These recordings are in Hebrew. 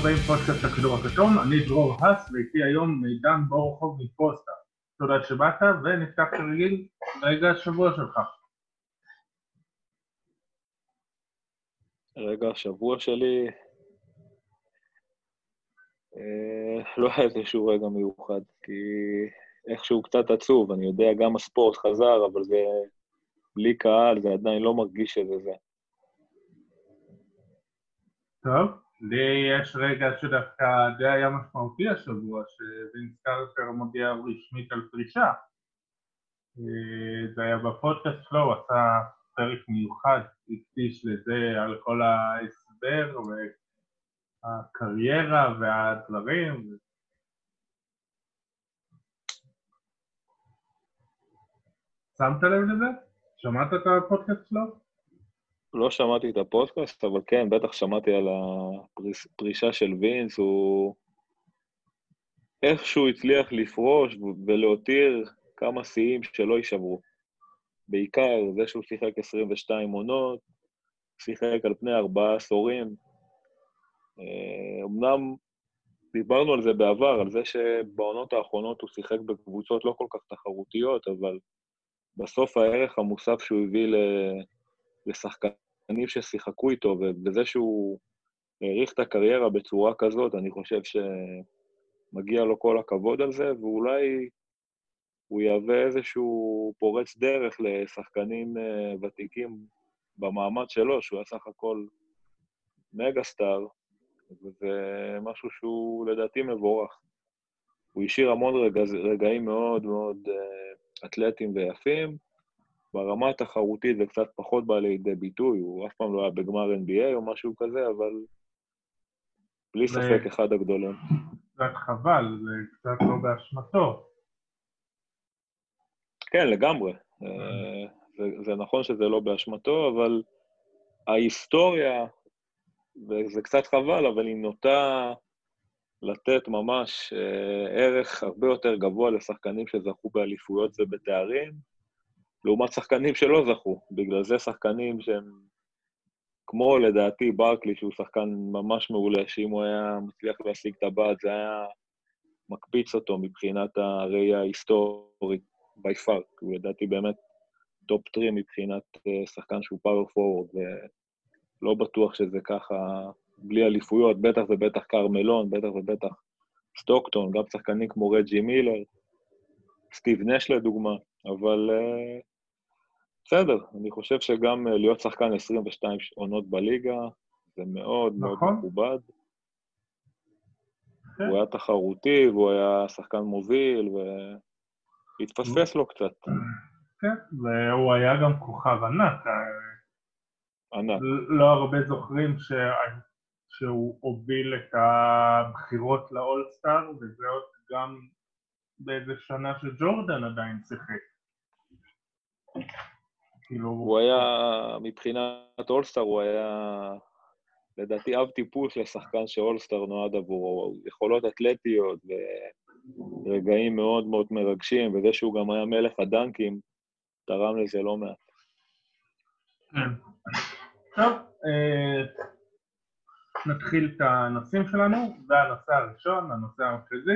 הבאים פודקאסט הכדור הכתום, אני דרור הס ואיתי היום מידן בורחוב מפוסטה. תודה שבאת ונפתח כרגיל רגע השבוע שלך. רגע השבוע שלי לא היה איזשהו רגע מיוחד, כי איכשהו קצת עצוב, אני יודע גם הספורט חזר, אבל זה בלי קהל, זה עדיין לא מרגיש שזה זה. טוב, לי יש רגע שדווקא די היה משמעותי השבוע, שווינס קרטר מודיע רשמית על פרישה. זה היה בפודקאסט שלו, הוא עשה פרק מיוחד, הקדיש לזה על כל ההסבר והקריירה והדברים. שמת לב לזה? שמעת את הפודקאסט שלו? לא שמעתי את הפודקאסט, אבל כן, בטח שמעתי על הפרישה של וינס, הוא איכשהו הצליח לפרוש ולהותיר כמה שיאים שלא יישברו. בעיקר זה שהוא שיחק 22 עונות, שיחק על פני 4 עשורים. אמנם דיברנו על זה בעבר, על זה שבעונות האחרונות הוא שיחק בקבוצות לא כל כך תחרותיות, אבל בסוף הערך המוסף שהוא הביא לשחקנים ששיחקו איתו, ובזה שהוא העריך את הקריירה בצורה כזאת, אני חושב שמגיע לו כל הכבוד על זה, ואולי הוא יהווה איזשהו פורץ דרך לשחקנים ותיקים במעמד שלו, שהוא היה סך הכל מגה-סטאר, וזה משהו שהוא לדעתי מבורך. הוא השאיר המון רגעים מאוד מאוד אתלטיים ויפים, ברמה התחרותית זה קצת פחות בא לידי ביטוי, הוא אף פעם לא היה בגמר NBA או משהו כזה, אבל בלי ספק אחד הגדולים. קצת חבל, זה קצת לא באשמתו. כן, לגמרי. זה נכון שזה לא באשמתו, אבל ההיסטוריה, וזה קצת חבל, אבל היא נוטה לתת ממש ערך הרבה יותר גבוה לשחקנים שזכו באליפויות ובתארים, לעומת שחקנים שלא זכו. בגלל זה שחקנים שהם, כמו לדעתי ברקלי, שהוא שחקן ממש מעולה, שאם הוא היה מצליח להשיג את הבד, זה היה מקפיץ אותו מבחינת הראייה ההיסטורית by far, כי הוא לדעתי באמת טופ 3 מבחינת שחקן שהוא פאוור פורוורד, ולא בטוח שזה ככה בלי אליפויות, בטח ובטח קרמלון, בטח ובטח סטוקטון, גם שחקנים כמו רג'י מילר, סטיב נש לדוגמה, אבל בסדר, אני חושב שגם להיות שחקן 22 עונות בליגה, זה מאוד מאוד מכובד. הוא היה תחרותי, והוא היה שחקן מוביל, והתפספס לו קצת. כן, והוא היה גם כוכב ענק. ענק. לא הרבה זוכרים שהוא הוביל את הבחירות לאולסטאר, וזה עוד גם באיזה שנה שג'ורדן עדיין שיחק. הוא היה, מבחינת אולסטאר, הוא היה, לדעתי, אב טיפוס לשחקן שאולסטאר נועד עבורו, יכולות אתלטיות ורגעים מאוד מאוד מרגשים, וזה שהוא גם היה מלך הדנקים, תרם לזה לא מעט. טוב, נתחיל את הנושאים שלנו, והנושא הראשון, הנושא המרכזי,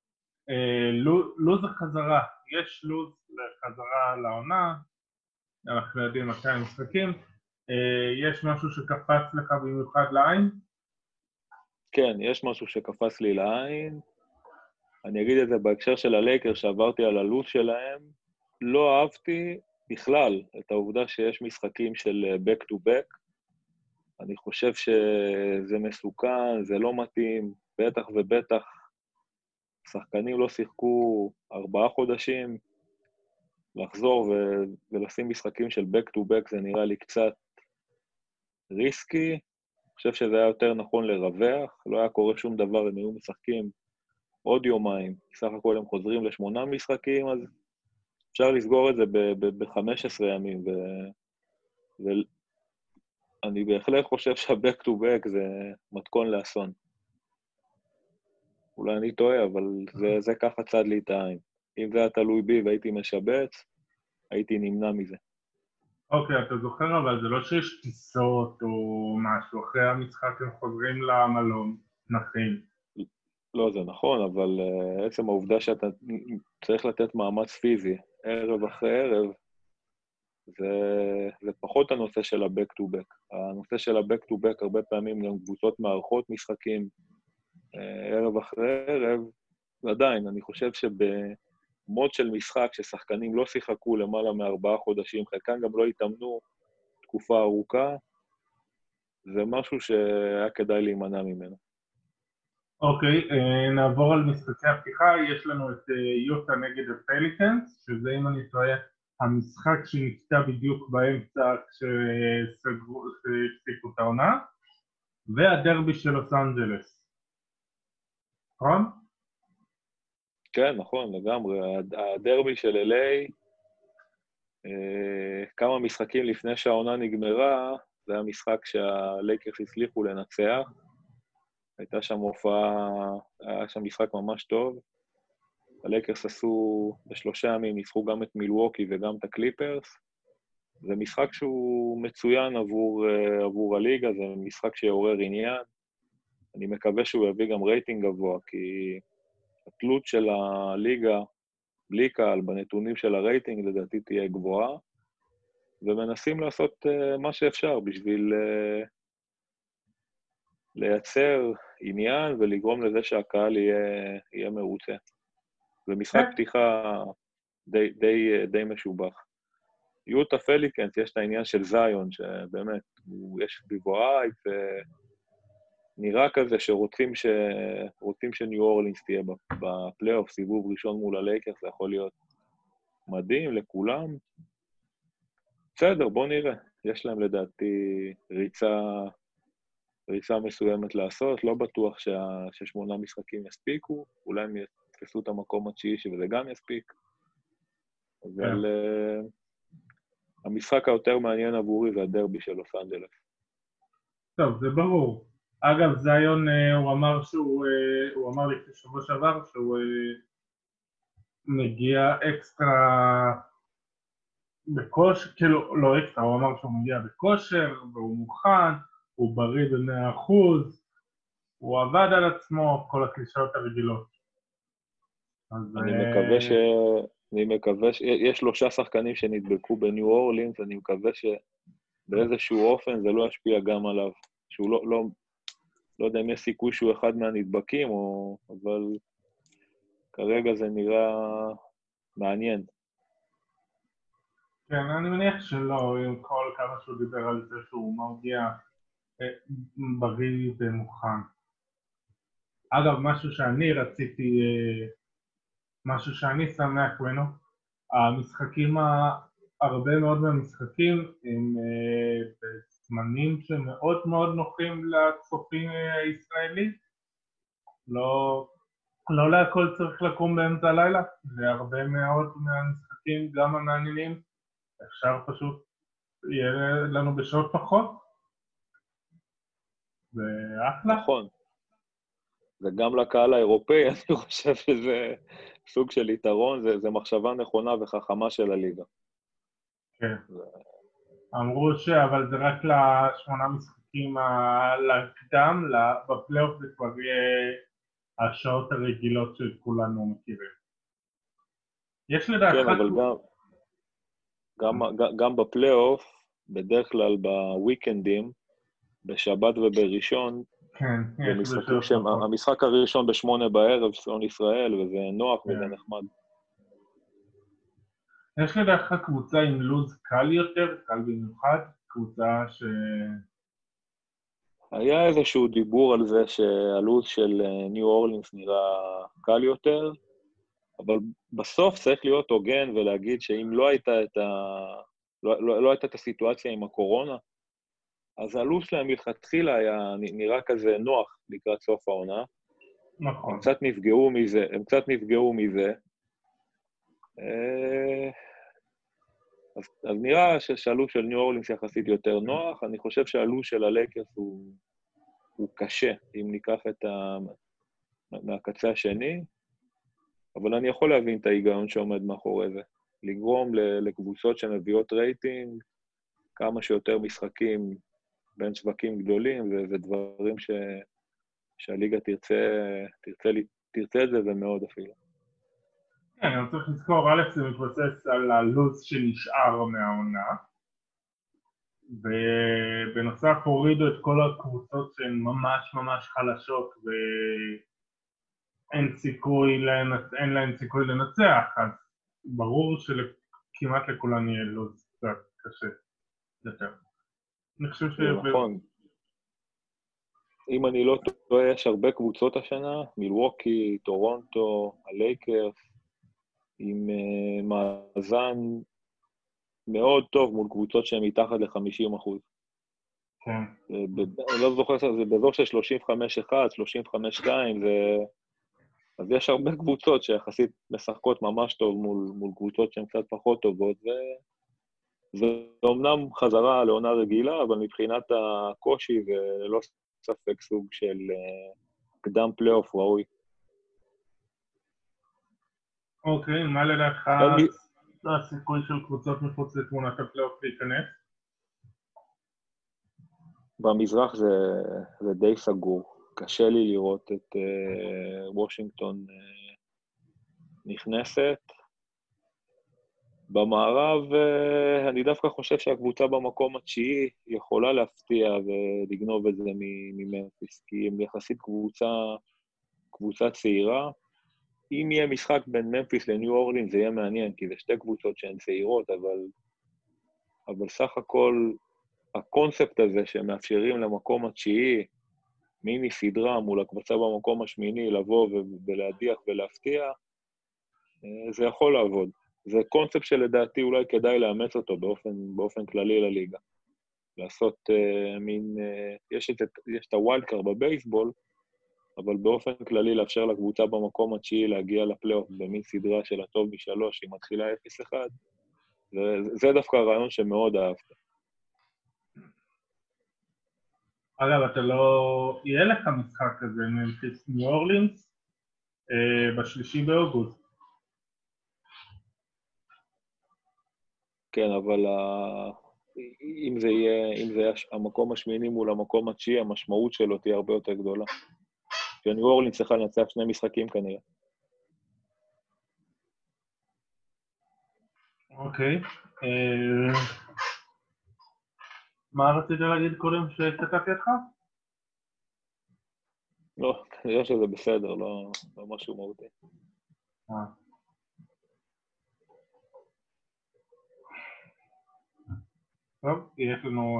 לוז החזרה. יש לוז לחזרה לעונה, אנחנו יודעים מתי המשחקים. יש משהו שקפץ לך במיוחד לעין? כן, יש משהו שקפץ לי לעין. אני אגיד את זה בהקשר של הלייקר, שעברתי על הלוז שלהם. לא אהבתי בכלל את העובדה שיש משחקים של back to back. אני חושב שזה מסוכן, זה לא מתאים, בטח ובטח. שחקנים לא שיחקו 4 חודשים, לחזור ולשים משחקים של back to back זה נראה לי קצת ריסקי. אני חושב שזה היה יותר נכון לרווח, לא היה קורה שום דבר, הם היו משחקים עוד יומיים, סך הכל הם חוזרים ל8 משחקים, אז אפשר לסגור את זה ב-15 ימים, ואני בהחלט חושב שה-back to back זה מתכון לאסון. אולי אני טועה, אבל זה ככה צד לי את העין. אם זה היה תלוי בי והייתי משבץ, הייתי נמנע מזה. אוקיי, אתה זוכר, אבל זה לא שיש טיסות או משהו, אחרי המשחק הם חוזרים למלון. נחים. לא, זה נכון, אבל עצם העובדה שאתה צריך לתת מאמץ פיזי ערב אחרי ערב, זה פחות הנושא של ה-back to back. הנושא של ה-back to back הרבה פעמים גם קבוצות מערכות משחקים ערב אחרי ערב, ועדיין, אני חושב שבמוד של משחק ששחקנים לא שיחקו למעלה מ4 חודשים, חלקם גם לא התאמנו תקופה ארוכה, זה משהו שהיה כדאי להימנע ממנו. אוקיי, נעבור על משחקי הפתיחה. יש לנו את יוטה נגד הפליקנס, שזה אם אני טועה המשחק שנקטע בדיוק באמצע כשהפסיקו את העונה, והדרבי של לוס אנג'לס. נכון? כן, נכון, לגמרי. הדרבי של LA, כמה משחקים לפני שהעונה נגמרה, זה היה משחק שהלייקרס הצליחו לנצח. הייתה שם הופעה, היה שם משחק ממש טוב. הלייקרס עשו ב3 ימים, ניצחו גם את מילווקי וגם את הקליפרס. זה משחק שהוא מצוין עבור הליגה, זה משחק שיעורר עניין. אני מקווה שהוא יביא גם רייטינג גבוה, כי התלות של הליגה בלי קהל בנתונים של הרייטינג לדעתי תהיה גבוהה, ומנסים לעשות מה שאפשר בשביל לייצר עניין ולגרום לזה שהקהל יהיה מרוצה. זה משחק פתיחה די משובח. יוטה פליקנס, יש את העניין של זיון, שבאמת, יש סביבו אייק, ונראה כזה שרוצים שניו אורלינס תהיה בפלייאוף, סיבוב ראשון מול הלייקרס, זה יכול להיות מדהים לכולם. בסדר, בוא נראה. יש להם לדעתי ריצה מסוימת לעשות, לא בטוח ש8 משחקים יספיקו, אולי הם יתפסו את המקום התשיעי וזה גם יספיק, אבל המשחק היותר מעניין עבורי זה הדרבי של לוס אנג'לס. טוב, זה ברור. אגב, זיון, הוא אמר לי בשבוע שעבר שהוא מגיע אקסטרה בכושר, כאילו, לא אקסטרה, הוא אמר שהוא מגיע בכושר, והוא מוכן, הוא בריא ב100%, הוא עבד על עצמו, כל הקלישאות הרגילות. אני מקווה יש 3 שחקנים שנדבקו בניו אורלינס, אני מקווה שבאיזשהו אופן זה לא ישפיע גם עליו, שהוא לא יודע אם יש סיכוי שהוא אחד מהנדבקים, אבל כרגע זה נראה מעניין. כן, אני מניח שלא, עם כל כמה שהוא דיבר על זה שהוא מרגיע בריא ומוכן. אגב, משהו שאני שמח ממנו, הרבה מאוד מהמשחקים הם בזמנים שמאוד מאוד נוחים לצופים הישראלים. לא להכל צריך לקום באמצע הלילה, והרבה מאוד מהמשחקים, גם המעניינים, אפשר פשוט, יהיה לנו בשעות פחות. זה אחלה. נכון. וגם לקהל האירופאי, אני חושב שזה סוג של יתרון, זה מחשבה נכונה וחכמה של הליגה. כן. אמרו אבל זה רק ל8 משחקים לקדם, בפלייאוף זה כבר יהיה השעות הרגילות שכולנו מכירים. יש לדעתך... כן, אבל גם בפלייאוף, בדרך כלל בוויקנדים, בשבת ובראשון, כן, זה משחקים המשחק הראשון ב8 בערב, שעון ישראל, וזה נוח וזה נחמד. יש לדעתך קבוצה עם לוז קל יותר, קל במיוחד, קבוצה היה איזשהו דיבור על זה שהלוז של ניו אורלינס נראה קל יותר, אבל בסוף צריך להיות הוגן ולהגיד שאם לא הייתה את הסיטואציה עם הקורונה, אז הלוז שלהם מלכתחילה היה נראה כזה נוח לקראת סוף העונה. נכון. הם קצת נפגעו מזה. אז נראה שהלוז של ניו אורלינס יחסית יותר נוח, אני חושב שהלוז של הלייקרס הוא קשה, אם ניקח מהקצה השני, אבל אני יכול להבין את ההיגיון שעומד מאחורי זה. לגרום לקבוצות שמביאות רייטינג, כמה שיותר משחקים בין שווקים גדולים, ודברים שהליגה תרצה את זה ומאוד אפילו. כן, אני צריך לזכור, א' זה מתבסס על הלוז שנשאר מהעונה, ובנוסף הורידו את כל הקבוצות שהן ממש ממש חלשות ואין להן סיכוי לנצח, אז ברור שכמעט לכולן יהיה לוז קצת קשה יותר. אני חושב זה נכון. אם אני לא טועה, יש הרבה קבוצות השנה, מילווקי, טורונטו, הלייקרס, עם מאזן מאוד טוב מול קבוצות שהן מתחת ל-50%. כן. אני לא זוכר, זה באזור של 35-1, 35-2, אז יש הרבה קבוצות שיחסית משחקות ממש טוב מול קבוצות שהן קצת פחות טובות, זה אומנם חזרה לעונה רגילה, אבל מבחינת הקושי זה לא ספק סוג של קדם פלייאוף ראוי. אוקיי, מה לדעתך הסיכוי של קבוצות מחוץ לתמונת הפלייאוף להיכנס? במזרח זה די סגור. קשה לי לראות את וושינגטון נכנסת. במערב אני דווקא חושב שהקבוצה במקום התשיעי יכולה להפתיע ולגנוב את זה מממפיס, כי הם יחסית קבוצה צעירה. אם יהיה משחק בין ממפיס לניו אורלינס זה יהיה מעניין, כי זה שתי קבוצות שהן צעירות, אבל סך הכל הקונספט הזה שמאפשרים למקום התשיעי, מיני סדרה מול הקבוצה במקום השמיני, לבוא ולהדיח ולהפתיע, זה יכול לעבוד. זה קונספט שלדעתי אולי כדאי לאמץ אותו באופן כללי לליגה. לעשות יש את הווילד קארד בבייסבול, אבל באופן כללי לאפשר לקבוצה במקום התשיעי להגיע לפלייאוף במין סדרה של הטוב משלוש, היא מתחילה 0-1, זה דווקא הרעיון שמאוד אהבת. אגב, יהיה לך משחק כזה ממפיס ניו אורלינס ב3 באוגוסט. כן, אבל אם זה יהיה המקום השמיני מול המקום התשיעי, המשמעות שלו תהיה הרבה יותר גדולה. שניו אורלינס צריכה לנצח 2 משחקים כנראה. אוקיי. מה רצית להגיד קודם שקטעתי אותך? לא, כנראה שזה בסדר, לא משהו מהותי. טוב, יש לנו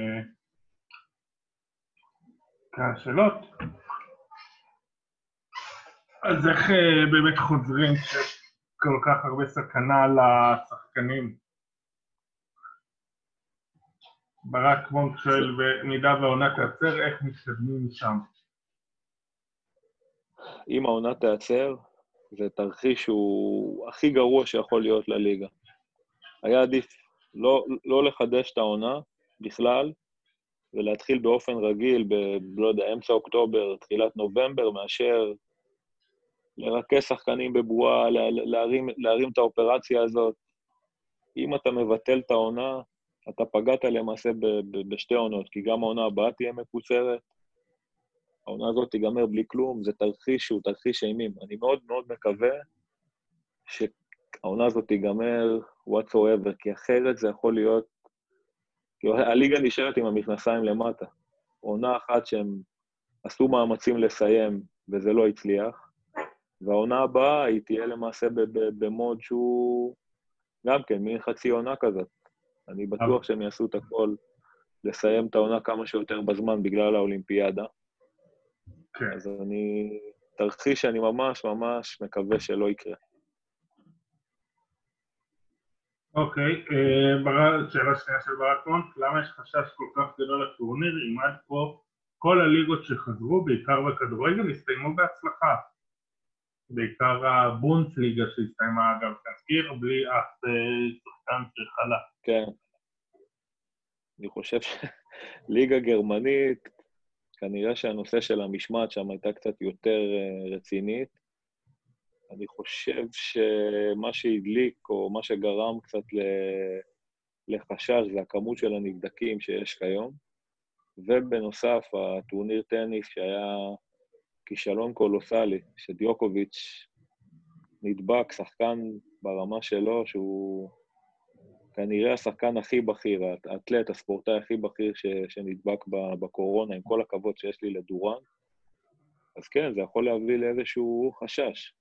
כמה שאלות. אז איך באמת חוזרים כל כך הרבה סכנה לשחקנים? ברק מונק שואל, במידה והעונה תעצר, איך מתקדמים משם? אם העונה תעצר, זה תרחיש שהוא הכי גרוע שיכול להיות לליגה. היה עדיף לא לחדש את העונה בכלל, ולהתחיל באופן רגיל, לא יודע, אמצע אוקטובר, תחילת נובמבר, מאשר לרכז שחקנים בבועה, להרים את האופרציה הזאת. אם אתה מבטל את העונה, אתה פגעת למעשה בשתי עונות, כי גם העונה הבאה תהיה מקוצרת, העונה הזאת תיגמר בלי כלום, זה תרחיש שהוא תרחיש אימים. אני מאוד מאוד מקווה שהעונה הזאת תיגמר whatsoever, כי אחרת זה יכול להיות, כי הליגה נשארת עם המכנסיים למטה. עונה אחת שהם עשו מאמצים לסיים, וזה לא הצליח, והעונה הבאה היא תהיה למעשה במוד שהוא גם כן, מין חצי עונה כזאת. אני בטוח שהם יעשו את הכל לסיים את העונה כמה שיותר בזמן בגלל האולימפיאדה. כן. אז תרחיש שאני ממש ממש מקווה שלא יקרה. אוקיי, שאלה שנייה של ברק מונק, למה יש חשש כל כך גדול לטורניר, אם עד פה כל הליגות שחזרו, בעיקר בכדורגל, הסתיימו בהצלחה? בעיקר הבונדסליגה שהסתיימה, אגב, תזכיר, בלי אף שחקן שחלה. כן. אני חושב שליגה גרמנית, כנראה שהנושא של המשמעת שם הייתה קצת יותר רצינית. אני חושב שמה שהדליק, או מה שגרם קצת לחשש, זה הכמות של הנבדקים שיש כיום. ובנוסף, הטורניר טניס שהיה כישלון קולוסלי, שדיוקוביץ' נדבק, שחקן ברמה שלו, שהוא כנראה השחקן הכי בכיר, האתלט, הספורטאי הכי בכיר שנדבק בקורונה, עם כל הכבוד שיש לי לדורן. אז כן, זה יכול להביא לאיזשהו חשש.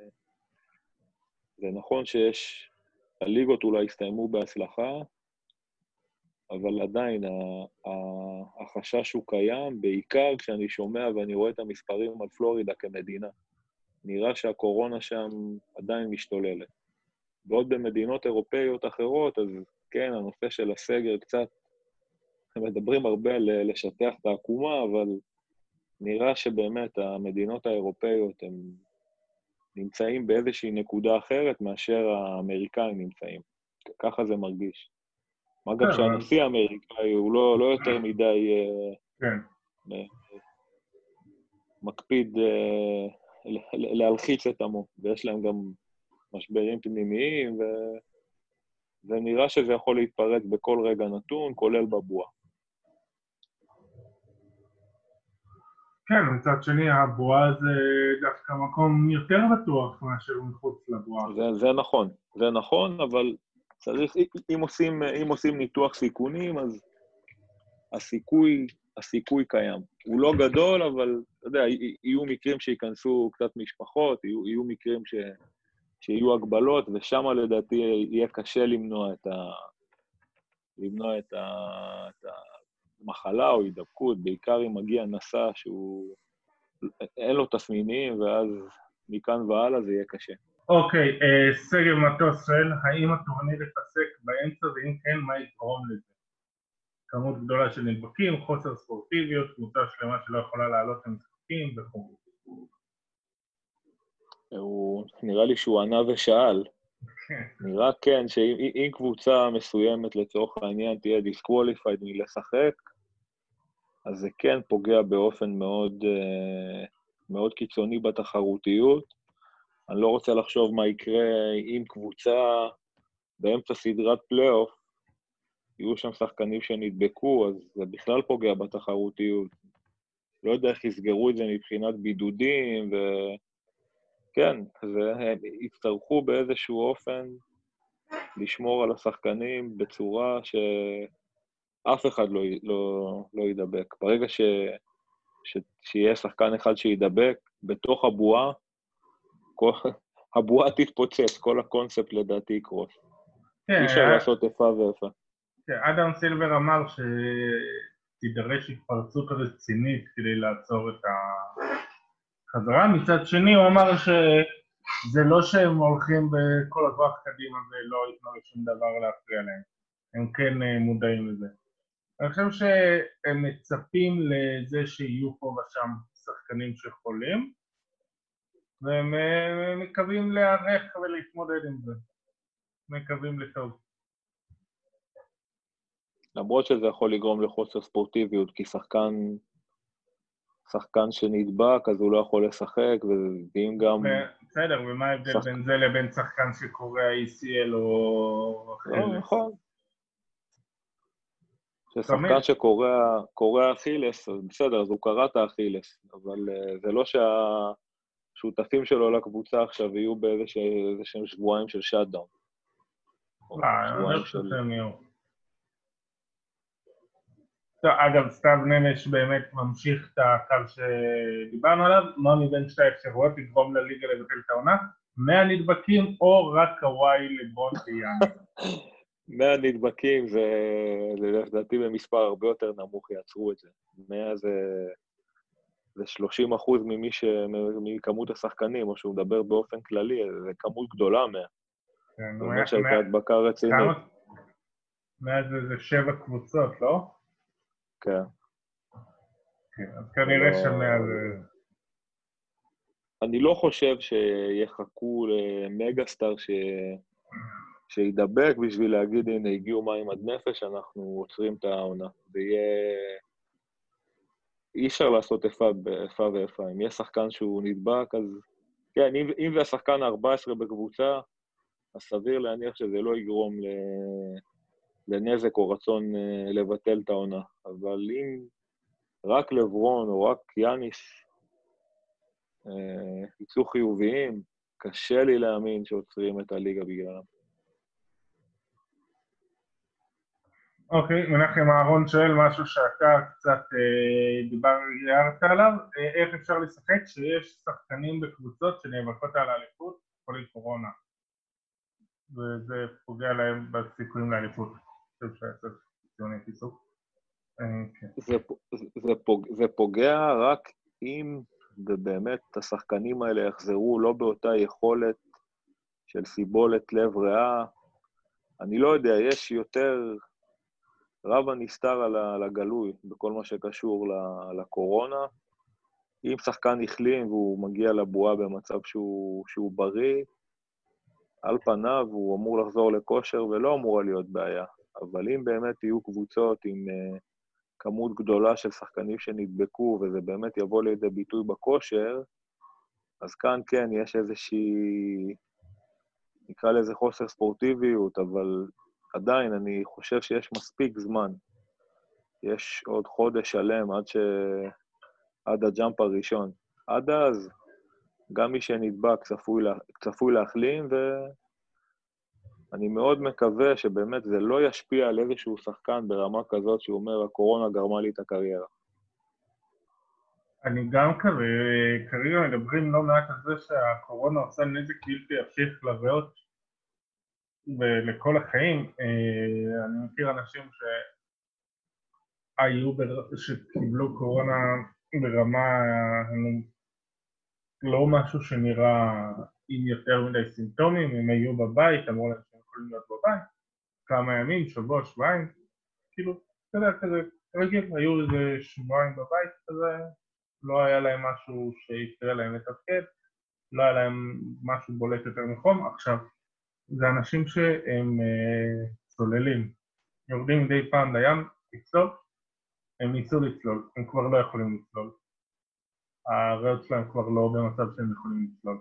זה נכון הליגות אולי הסתיימו בהצלחה, אבל עדיין החשש הוא קיים, בעיקר כשאני שומע ואני רואה את המספרים על פלורידה כמדינה. נראה שהקורונה שם עדיין משתוללת. ועוד במדינות אירופאיות אחרות, אז כן, הנושא של הסגר קצת, הם מדברים הרבה על לשטח את העקומה, אבל נראה שבאמת המדינות האירופאיות הם נמצאים באיזושהי נקודה אחרת מאשר האמריקאים נמצאים. ככה זה מרגיש. מה גם שהנשיא האמריקאי הוא לא יותר מדי מקפיד להלחיץ את עמו, ויש להם גם משברים פנימיים, ונראה שזה יכול להתפרץ בכל רגע נתון, כולל בבועה. כן, מצד שני, הבועה זה דווקא מקום יותר בטוח מאשר מחוץ לבועה. זה נכון, אבל צריך, אם עושים ניתוח סיכונים, אז הסיכוי קיים. הוא לא גדול, אבל אתה יודע, יהיו מקרים שיכנסו קצת משפחות, יהיו מקרים שיהיו הגבלות, ושם לדעתי יהיה קשה למנוע את המחלה או הידבקות, בעיקר אם מגיע נשא שהוא אין לו תסמינים, ואז מכאן והלאה זה יהיה קשה. אוקיי, סגב מטוס שואל, האם הטורניר יפסק באמצע, ואם כן, מה יגרום לזה? כמות גדולה של נדבקים, חוסר ספורטיביות, קבוצה שלמה שלא יכולה לעלות למשחקים וכו'. נראה לי שהוא ענה ושאל. נראה כן שאם קבוצה מסוימת לצורך העניין תהיה דיסקווליפייד מלשחק, אז זה כן פוגע באופן מאוד, מאוד קיצוני בתחרותיות. אני לא רוצה לחשוב מה יקרה אם קבוצה באמצע סדרת פלייאוף, יהיו שם שחקנים שנדבקו, אז זה בכלל פוגע בתחרותיות. לא יודע איך יסגרו את זה מבחינת בידודים, וכן, הם יצטרכו באיזשהו אופן לשמור על השחקנים בצורה שאף אחד לא ידבק. ברגע שיהיה שחקן אחד שידבק, בתוך הבועה, הבועה תתפוצץ, כל הקונספט לדעתי יקרוס. אי אפשר לעשות איפה ואיפה. אדם סילבר אמר שתידרש התפרצות רצינית כדי לעצור את החזרה. מצד שני הוא אמר שזה לא שהם הולכים בכל הכוח קדימה ולא ייתנו לשום דבר להפריע להם. הם כן מודעים לזה. אני חושב שהם מצפים לזה שיהיו פה ושם שחקנים שחולים, והם מקווים להיערך ולהתמודד עם זה. מקווים לטוב. למרות שזה יכול לגרום לחוסר ספורטיביות, כי שחקן שנדבק, אז הוא לא יכול לשחק, ואם גם... בסדר, ומה ההבדל בין זה לבין שחקן שקורא ACL או אכילס? נכון. ששחקן שקורא אכילס, בסדר, אז הוא קרא את האכילס, אבל זה לא שהשותפים שלו לקבוצה עכשיו יהיו באיזשהם שבועיים של שאט-דאון. אני חושב שהם יהיו. טוב, אגב, סתיו נמש באמת ממשיך את הקו שדיברנו עליו, מה מבין שתי האפשרויות לגרום לליגה לבטל את העונה? 100 נדבקים או רק קוואי לברון ויאני? 100 נדבקים זה לדעתי במספר הרבה יותר נמוך, יעצרו את זה. 100 זה 30% מכמות השחקנים, או שהוא מדבר באופן כללי, זה כמות גדולה 100. זאת אומרת שהייתה הדבקה רצינית. 100 זה 7 קבוצות, לא? כן. אז כנראה ש100 זה... אני לא חושב שיחכו למגסטאר שידבק בשביל להגיד, הנה, הגיעו מים עד נפש, אנחנו עוצרים את העונה. זה יהיה... אי אפשר לעשות איפה ואיפה. אם יש שחקן שהוא נדבק, אז... כן, אם זה השחקן ה-14 בקבוצה, אז סביר להניח שזה לא יגרום לנזק או רצון לבטל את העונה. אבל אם רק לברון או רק יאניס יצאו חיוביים, קשה לי להאמין שעוצרים את הליגה בגללם. אוקיי, מנחם אהרון שואל משהו שאתה קצת דיברת עליו, איך אפשר לשחק שיש שחקנים בקבוצות שנאבקות על האליפות חולי קורונה, וזה פוגע להם בסיכויים לאליפות. זה פוגע רק אם ובאמת השחקנים האלה יחזרו לא באותה יכולת של סיבולת לב ריאה. אני לא יודע, יש יותר רב הנסתר על הגלוי בכל מה שקשור לקורונה. אם שחקן החלים והוא מגיע לבועה במצב שהוא בריא, על פניו הוא אמור לחזור לכושר ולא אמורה להיות בעיה. אבל אם באמת יהיו קבוצות עם כמות גדולה של שחקנים שנדבקו, וזה באמת יבוא לידי ביטוי בכושר, אז כאן כן, יש איזושהי, נקרא לזה חוסר ספורטיביות, אבל עדיין אני חושב שיש מספיק זמן. יש עוד חודש שלם עד הג'אמפ הראשון. עד אז, גם מי שנדבק צפוי להחלים, ואני מאוד מקווה שבאמת זה לא ישפיע על איזשהו שחקן ברמה כזאת שהוא אומר, הקורונה גרמה לי את הקריירה. אני גם כרגע מדברים לא מעט על זה שהקורונה עושה נזק בלתי הפיך לריאות ולכל החיים. אני מכיר אנשים שקיבלו קורונה ברמה לא משהו שנראה עם יותר מדי סימפטומים, הם היו בבית, אמרו להם שהם יכולים להיות בבית, כמה ימים, שבוע, שבועיים, כאילו, אתה יודע, כזה רגיל, היו איזה שבועיים בבית, כזה, לא היה להם משהו שיפריע להם לתפקד, לא היה להם משהו בולט יותר מחום. עכשיו, זה אנשים שהם צוללים, יורדים מדי פעם לים, לצלול, הם ניסו לצלול, הם כבר לא יכולים לצלול. הריאות שלהם כבר לא במצב שהם יכולים לצלול.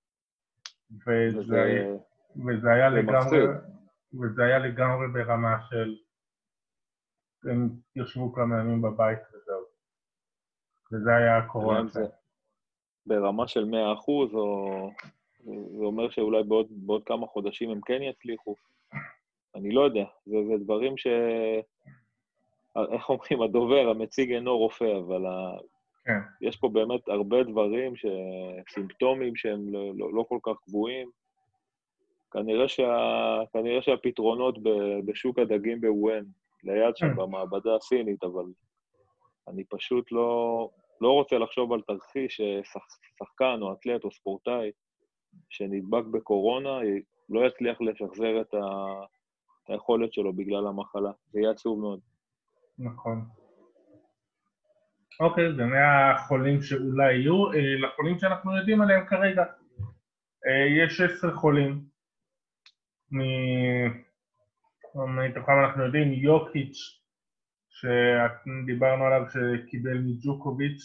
וזה היה לגמרי ברמה של הם יושבו כמה ימים בבית וזהו. וזה היה הקורונה. ברמה של 100%, או זה אומר שאולי בעוד כמה חודשים הם כן יצליחו. אני לא יודע, זה דברים איך אומרים, הדובר, המציג אינו רופא, אבל כן. יש פה באמת הרבה דברים, סימפטומים שהם לא כל כך קבועים. כנראה שהפתרונות בשוק הדגים בוואן, ליד שם במעבדה הסינית, אבל אני פשוט לא רוצה לחשוב על תרחיש ששחקן או אתלט או ספורטאי שנדבק בקורונה, לא יצליח לשחזר את היכולת שלו בגלל המחלה. זה יהיה עצוב מאוד. נכון. אוקיי, זה מהחולים שאולי יהיו, לחולים שאנחנו יודעים עליהם כרגע. יש 10 חולים. מתוכם אנחנו יודעים, יוקיץ' שדיברנו עליו שקיבל מג'וקוביץ'.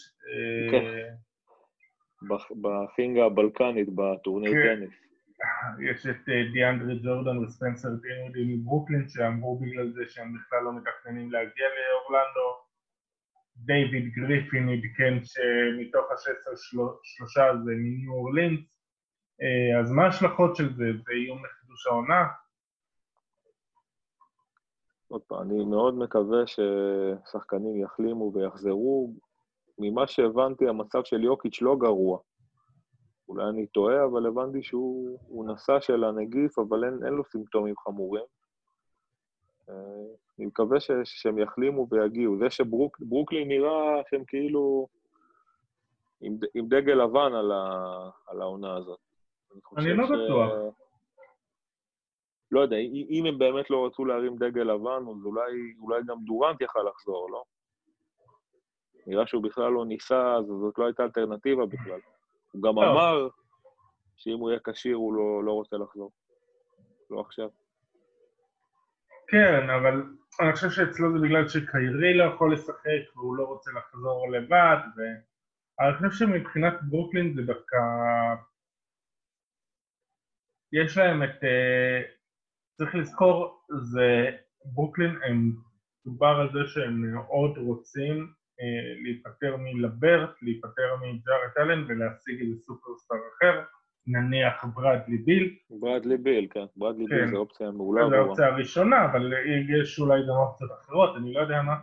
בחינגה הבלקנית, בטורניר טניס. יש את דיאנדרי ג'ורדן וספנסר דינודי מברוקלין, שאמרו בגלל זה שהם בכלל לא מתכננים להגיע לאורלנדו. דיוויד גריפין עדכן שמתוך ה-16 שלושה זה מניו אורלינס. אז מה ההשלכות של זה? זה איום לחידוש העונה? עוד פעם, אני מאוד מקווה ששחקנים יחלימו ויחזרו. ממה שהבנתי, המצב של יוקיץ' לא גרוע. אולי אני טועה, אבל הבנתי שהוא נשא של הנגיף, אבל אין לו סימפטומים חמורים. אני מקווה שהם יחלימו ויגיעו. זה שברוקלין נראה שהם כאילו עם דגל לבן על העונה הזאת. אני לא בטוח. לא יודע, אם הם באמת לא רצו להרים דגל לבן, אז אולי גם דורנט יכל לחזור, לא? נראה שהוא בכלל לא ניסה, אז זאת לא הייתה אלטרנטיבה בכלל. הוא גם אמר שאם הוא יהיה קשיר הוא לא רוצה לחזור. לא עכשיו. כן, אבל אני חושב שאצלו זה בגלל שקיירי לא יכול לשחק והוא לא רוצה לחזור לבד, אני חושב שמבחינת ברוקלין זה דווקא יש להם את צריך לזכור, זה ברוקלין הם דובר על זה שהם מאוד רוצים להיפטר מלברט, להיפטר מג'ארט אלן ולהשיג איזה סופרסטאר אחר, נניח ברדלי ביל. ברדלי ביל, כן. ברדלי ביל זה אופציה מעולה. זה האופציה הראשונה, אבל יש אולי גם אופציות אחרות, אני לא יודע מה.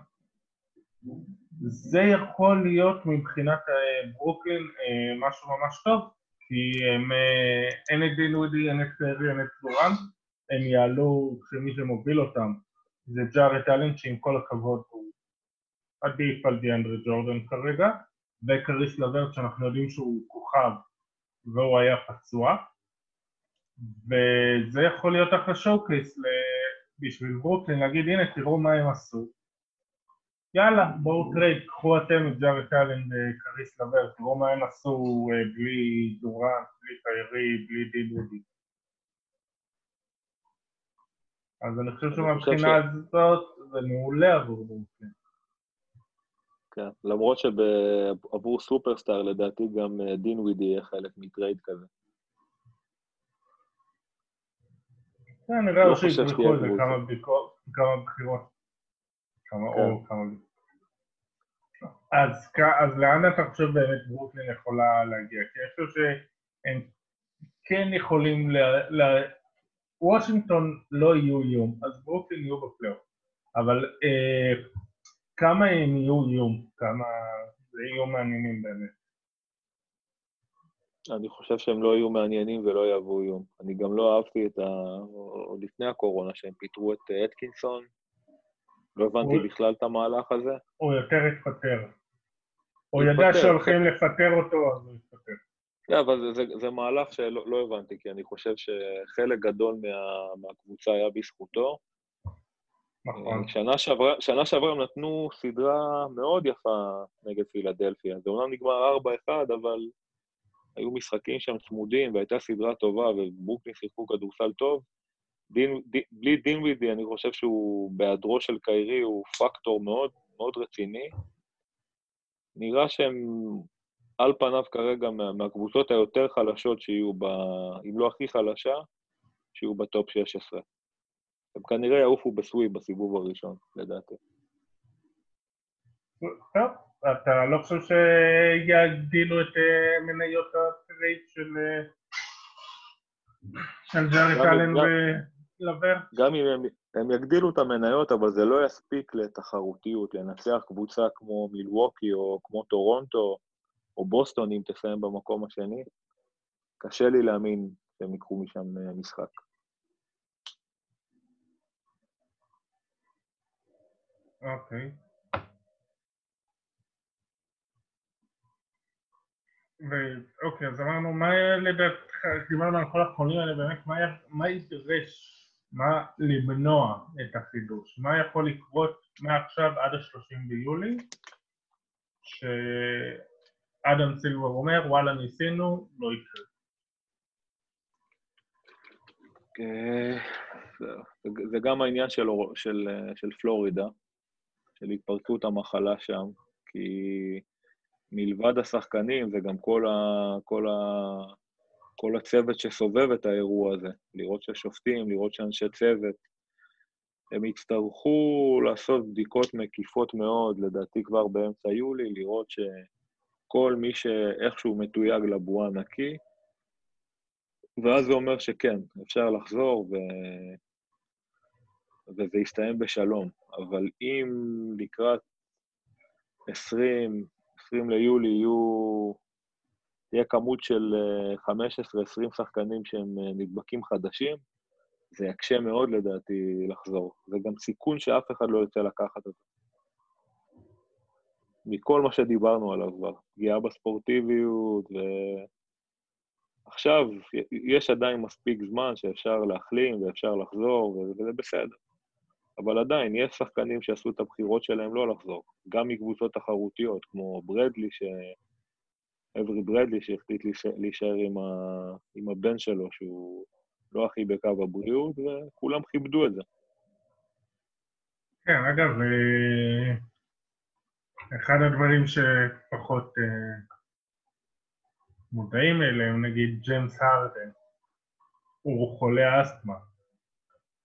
זה יכול להיות מבחינת ברוקלין משהו ממש טוב, כי אין את דין ווידי, אין את קיירי, אין את דורנט, הם יעלו כשמי שמוביל אותם, זה ג'ארט אלן שעם כל הכבוד הוא עדיף על דיאנדרי ג'ורדן כרגע, וקריס לברט שאנחנו יודעים שהוא כוכב והוא היה פצוע, וזה יכול להיות אחלה שואו-קייס בשביל ברוקלין להגיד הנה תראו מה הם עשו, יאללה בואו טרייד, קחו אתם את ג'ארט אלן וקריס לברט, תראו מה הם עשו בלי דורנט, בלי קיירי, בלי דין ווידי. אז אני חושב שמבחינה הזאת זה מעולה עבור ברוקלין. כן, למרות שעבור סופרסטאר לדעתי גם דין ווידי יהיה חלק מטרייד כזה. כן, נראה שיתברכו את זה כמה בחירות. אז לאן אתה חושב באמת ברוקלין יכולה להגיע? כי אני חושב שהם כן יכולים, וושינגטון לא יהיו איום, אז ברוקלין יהיו בפלייאוף. אבל כמה הם יהיו איום? כמה זה יהיו מעניינים באמת? אני חושב שהם לא יהיו מעניינים ולא יהוו איום. אני גם לא אהבתי עוד לפני הקורונה שהם פיתרו את אתקינסון. לא הבנתי בכלל את המהלך הזה. הוא יותר התפטר. הוא ידע שהולכים לפטר אותו, אז הוא התפטר. כן, אבל זה מהלך שלא הבנתי, כי אני חושב שחלק גדול מהקבוצה היה בזכותו. נכון. שנה שעברה הם נתנו סדרה מאוד יפה נגד פילדלפיה. זה אומנם נגמר 4-1, אבל היו משחקים שם צמודים, והייתה סדרה טובה, וברוקלין שיחקו כדורסל טוב. בלי דין ווידי, אני חושב שהוא בהיעדרו של קיירי, הוא פקטור מאוד מאוד רציני. נראה שהם על פניו כרגע מהקבוצות היותר חלשות שיהיו אם לא הכי חלשה, שיהיו בטופ 16. הם כנראה יעופו בסוויפ בסיבוב הראשון, לדעתי. טוב, אתה לא חושב שיגדילו את מניות הטרייד של ג'ארט אלן ולברט? גם אם הם יגדילו את המניות, אבל זה לא יספיק לתחרותיות, לנצח קבוצה כמו מילווקי או כמו טורונטו או בוסטון, אם תסיים במקום השני. קשה לי להאמין שהם יקחו משם משחק. אוקיי. אוקיי, אז אמרנו, מה לדעתך, דיברנו על כל החולים האלה, באמת, מה ידרש, מה למנוע את החידוש? מה יכול לקרות מעכשיו עד ה-30 ביולי, שאדם סילבר אומר, וואלה ניסינו, לא יקרה. זה גם העניין של פלורידה, של התפרצות המחלה שם, כי מלבד השחקנים זה גם כל הצוות שסובב את האירוע הזה, לראות ששופטים, לראות שאנשי צוות, הם יצטרכו לעשות בדיקות מקיפות מאוד, לדעתי כבר באמצע יולי, לראות שכל מי שאיכשהו מתויג לבועה נקי, ואז זה אומר שכן, אפשר לחזור וזה יסתיים בשלום, אבל אם לקראת 20 ליולי תהיה כמות של 15-20 שחקנים שהם נדבקים חדשים, זה יקשה מאוד לדעתי לחזור. זה גם סיכון שאף אחד לא יוצא לקחת את זה. מכל מה שדיברנו עליו כבר, פגיעה בספורטיביות, ועכשיו יש עדיין מספיק זמן שאפשר להחלים ואפשר לחזור, וזה בסדר. אבל עדיין יש שחקנים שעשו את הבחירות שלהם לא לחזור, גם מקבוצות תחרותיות, כמו אברי ברדלי, שהחליט להישאר עם הבן שלו, שהוא לא הכי בקו הבריאות, וכולם כיבדו את זה. כן, אגב, אחד הדברים שפחות מודעים אליהם, נגיד ג'יימס הרדן, הוא חולה אסתמה.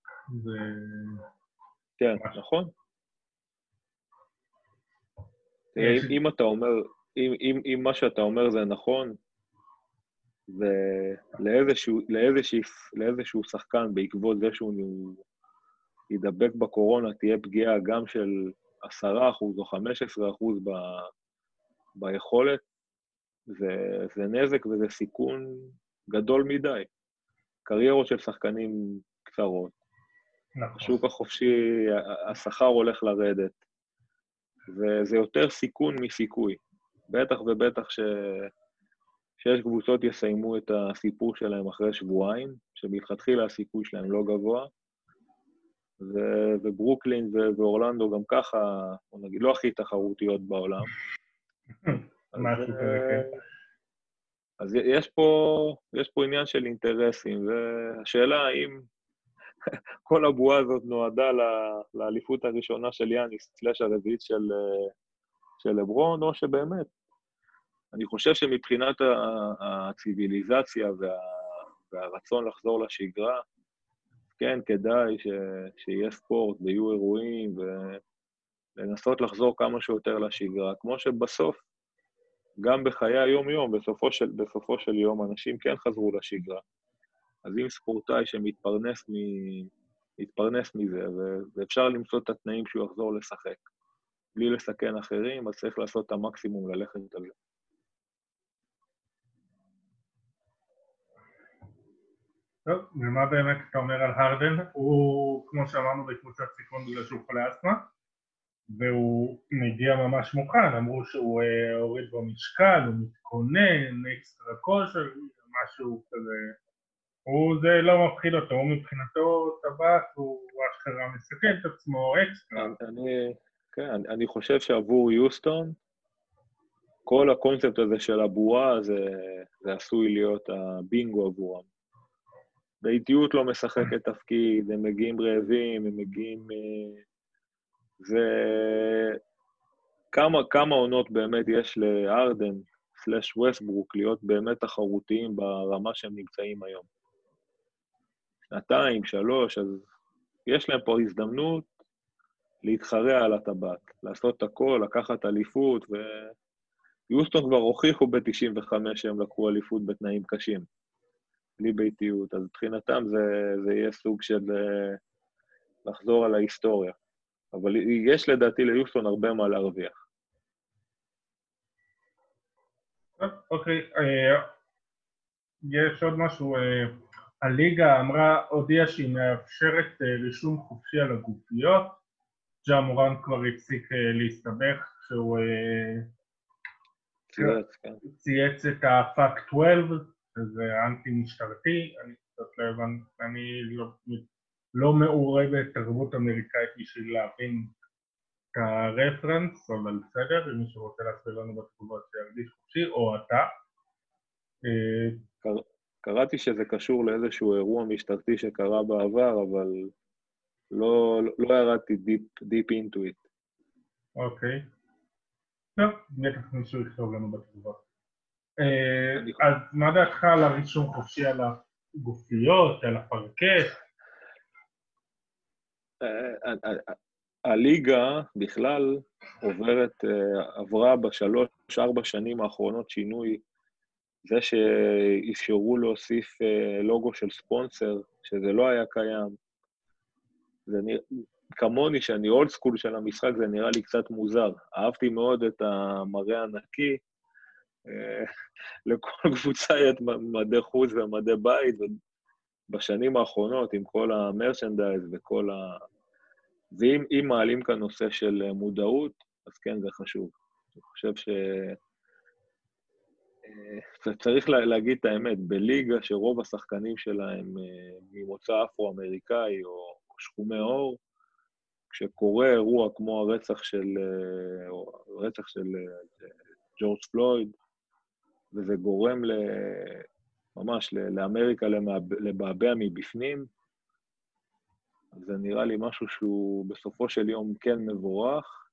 כן, נכון. תראה, אם אתה אומר, אם מה שאתה אומר זה נכון, ולאיזשהו שחקן בעקבות זה שהוא ידבק בקורונה, תהיה פגיעה גם של 10% או 15% ביכולת, זה נזק וזה סיכון גדול מדי. קריירות של שחקנים קצרות. נכון. השוק החופשי, השכר הולך לרדת, וזה יותר סיכון מסיכוי. בטח ובטח שיש קבוצות יסיימו את הסיפור שלהם אחרי שבועיים, שמלכתחילה הסיכוי שלהם לא גבוה, וברוקלין ואורלנדו גם ככה, או נגיד, לא הכי תחרותיות בעולם. משהו כזה, כן. אז יש פה עניין של אינטרסים, והשאלה האם כל הבועה הזאת נועדה לאליפות הראשונה של יאניס, סלש הרביעית של לברון, או שבאמת, אני חושב שמבחינת הציביליזציה והרצון לחזור לשגרה, כן, כדאי שיהיה ספורט ויהיו אירועים, ולנסות לחזור כמה שיותר לשגרה, כמו שבסוף, גם בחיי היום-יום, בסופו של יום, אנשים כן חזרו לשגרה. אז אם ספורטאי שמתפרנס מזה, ואפשר למצוא את התנאים שהוא יחזור לשחק, בלי לסכן אחרים, אז צריך לעשות את המקסימום ללכת על זה. טוב, ומה באמת אתה אומר על הרדן? הוא, כמו שאמרנו, בקבוצת סיכון בגלל שהוא חולה אסתמה, והוא מגיע ממש מוכן, אמרו שהוא הוריד במשקל, הוא מתכונן, אקסטרה כושר, משהו כזה. זה לא מפחיד אותו, הוא מבחינתו טבק, הוא אשכרה מסכן את עצמו אקסטרה. אני חושב שעבור יוסטון, כל הקונספט הזה של הבועה, זה עשוי להיות הבינגו עבורם. באיטיות לא משחקת תפקיד, הם מגיעים רעבים, הם מגיעים... כמה עונות באמת יש לארדן סלש ווסטברוק להיות באמת תחרותיים ברמה שהם נמצאים היום. 2, 3, אז יש להם פה הזדמנות להתחרע על הטבעת, לעשות הכל, לקחת אליפות, ויוסטון כבר הוכיחו ב-95 שהם לקחו אליפות בתנאים קשים, בלי ביתיות, אז מבחינתם זה יהיה סוג של לחזור על ההיסטוריה. אבל יש לדעתי ליוסטון הרבה מה להרוויח. אוקיי, יש עוד משהו, הליגה הודיעה שהיא מאפשרת רישום חופשי על הגופיות, ג'ה מורנט כבר הפסיק להסתבך, שהוא צייץ את ה-Fact 12, שזה אנטי משטרתי, אני לא מעורה בתרבות אמריקאית בשביל להבין את הרפרנס, אבל בסדר, אם מישהו רוצה להסביר לנו בתגובות שירגיש חופשי, או אתה. קראתי שזה קשור לאיזשהו אירוע משטרתי שקרה בעבר, אבל לא ירדתי deep into it. אוקיי. טוב, בטח מישהו יכתוב לנו בתגובות. אז מה דעתך על הרישום חופשי על הגופיות, על הפרקט? הליגה בכלל עברה ב3-4 שנים האחרונות שינוי, זה שאפשרו להוסיף לוגו של ספונסר, שזה לא היה קיים. כמוני שאני אולד סקול של המשחק, זה נראה לי קצת מוזר. אהבתי מאוד את המראה הנקי, לכל קבוצה יש מדי חוץ ומדי בית, בשנים האחרונות עם כל המרצ'נדייז וכל ואם מעלים כאן נושא של מודעות, אז כן, זה חשוב. אני חושב צריך להגיד את האמת, בליגה שרוב השחקנים שלהם ממוצא אפרו-אמריקאי או שחומי עור, כשקורה אירוע כמו הרצח של ג'ורג' פלויד, וזה גורם ממש לאמריקה לבעבע מבפנים, זה נראה לי משהו שהוא בסופו של יום כן מבורך.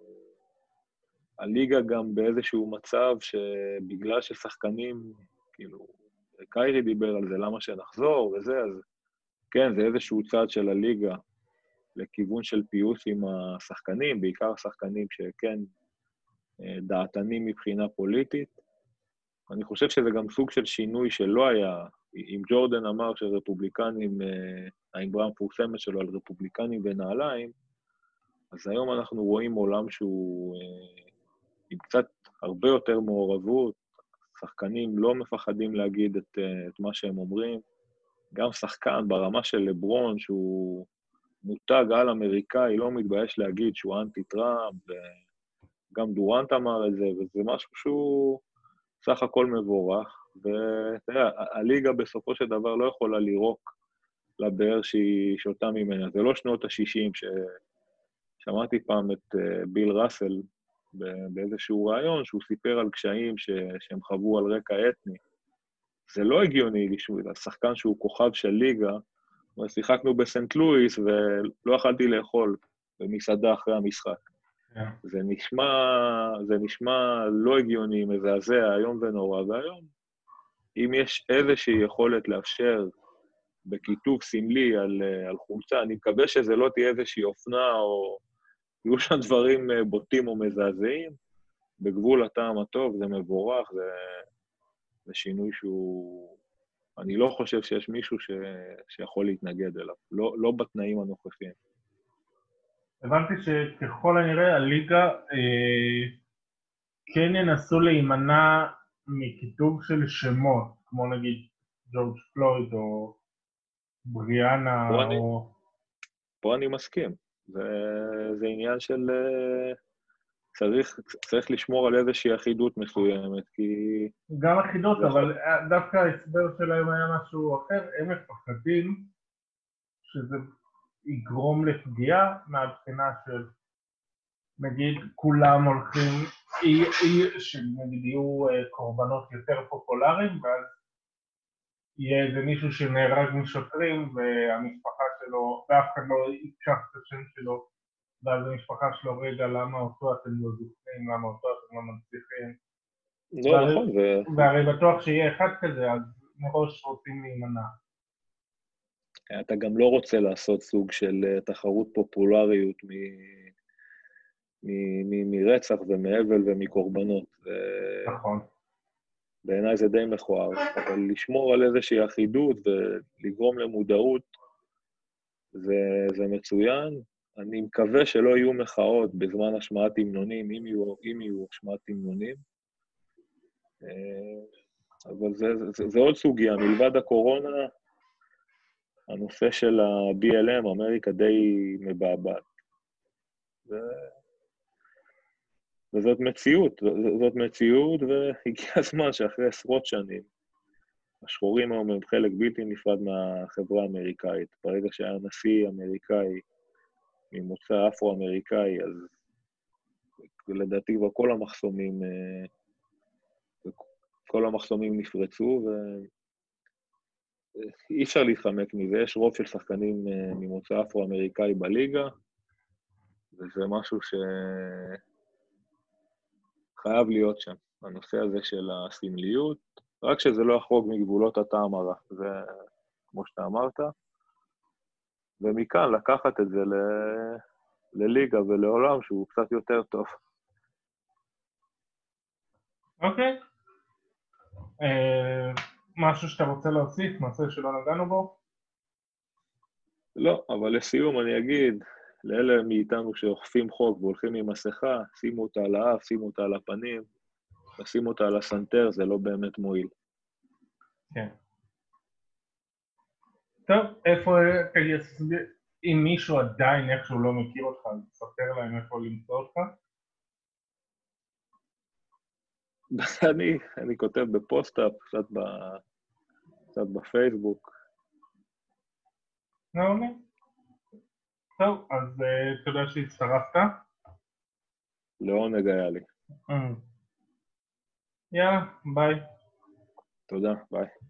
הליגה גם באיזשהו מצב שבגלל ששחקנים, כאילו, קיירי דיבר על זה, למה שנחזור וזה, אז כן, זה איזשהו צעד של הליגה לכיוון של פיוס עם השחקנים, בעיקר השחקנים שכן דעתנים מבחינה פוליטית. אני חושב שזה גם סוג של שינוי שלא היה, אם ג'ורדן אמר שרפובליקנים, האמרה המפורסמת שלו על רפובליקנים ונעליים, אז היום אנחנו רואים עולם שהוא עם קצת הרבה יותר מעורבות, שחקנים לא מפחדים להגיד את מה שהם אומרים, גם שחקן ברמה של לברון, שהוא מותג על אמריקאי, לא מתבייש להגיד שהוא אנטי-טראמפ, וגם דורנט אמר את זה, וזה משהו שהוא סך הכל מבורך, ותראה, הליגה בסופו של דבר לא יכולה לירוק לבאר שהיא שותה ממנה, זה לא שנות ה-60, ששמעתי פעם את ביל ראסל באיזשהו רעיון, שהוא סיפר על קשיים שהם חוו על רקע אתני, זה לא הגיוני לשמוע, השחקן שהוא כוכב של ליגה, שיחקנו בסנט לואיס ולא יכלתי לאכול במסעדה אחרי המשחק. זה נשמע לא הגיוני, מזעזע, היום ונורא, והיום, אם יש איזושהי יכולת לאפשר בכיתוב סמלי על חולצה, אני מקווה שזה לא תהיה איזושהי אופנה, או יהיו שם דברים בוטים או מזעזעים, בגבול הטעם הטוב, זה מבורך, זה שינוי שהוא... אני לא חושב שיש מישהו שיכול להתנגד אליו, לא בתנאים הנוכחיים. הבנתי שככל הנראה הליגה כן ינסו להימנע מכיתוב של שמות, כמו נגיד ג'ורג' פלויד או בריאנה או... פה אני מסכים, זה עניין של... צריך לשמור על איזושהי אחידות מסוימת, כי... גם אחידות, אבל דווקא ההסבר שלהם היה משהו אחר, הם מפחדים שזה יגרום לפגיעה מהבחינה של, נגיד, כולם הולכים, שנגיד יהיו קורבנות יותר פופולריים, ואז יהיה איזה מישהו שנהרג משוטרים, והמשפחה שלו, ואף אחד לא ייקח את השם שלו, ואז המשפחה שלו, רגע, למה אותו אתם לא זוכרים, למה אותו אתם לא מצליחים. לא, נכון. והרי בטוח שיהיה אחד כזה, אז מראש רוצים להימנע. אתה גם לא רוצה לעשות סוג של תחרות פופולריות מרצח ומהבל ומקורבנות. נכון. בעיניי זה די מכוער, אבל לשמור על איזושהי אחידות ולגרום למודעות, זה מצוין. אני מקווה שלא יהיו מחאות בזמן השמעת המנונים, אם יהיו השמעת המנונים. אבל זה עוד סוגיה, מלבד הקורונה, הנושא של ה-BLM, אמריקה די מבעבעת. וזאת מציאות, והגיע הזמן שאחרי עשרות שנים, השחורים היום הם חלק בלתי נפרד מהחברה האמריקאית. ברגע שהיה נשיא אמריקאי ממוצא אפרו-אמריקאי, אז לדעתי כבר כל המחסומים נפרצו, ואי אפשר להתחמק מזה. יש רוב של שחקנים ממוצא אפרו-אמריקאי בליגה, וזה משהו חייב להיות שם, הנושא הזה של הסמליות, רק שזה לא יחרוג מגבולות הטעם הרע, זה כמו שאתה אמרת, ומכאן לקחת את זה לליגה ולעולם שהוא קצת יותר טוב. אוקיי. משהו שאתה רוצה להוסיף, משהו שלא נגענו בו? לא, אבל לסיום אני אגיד, לאלה מאיתנו שאוכפים חוק והולכים עם מסכה, שימו אותה על האף, שימו אותה על הפנים, ושימו אותה על הסנטר, זה לא באמת מועיל. כן. טוב, איפה, אם מישהו עדיין איכשהו לא מכיר אותך, אז תספר להם איפה למצוא אותך? אני כותב בפוסט-אפ, קצת בפייסבוק. מעולה. טוב, אז תודה שהצטרפת. לעונג היה לי. יאללה, ביי. תודה, ביי.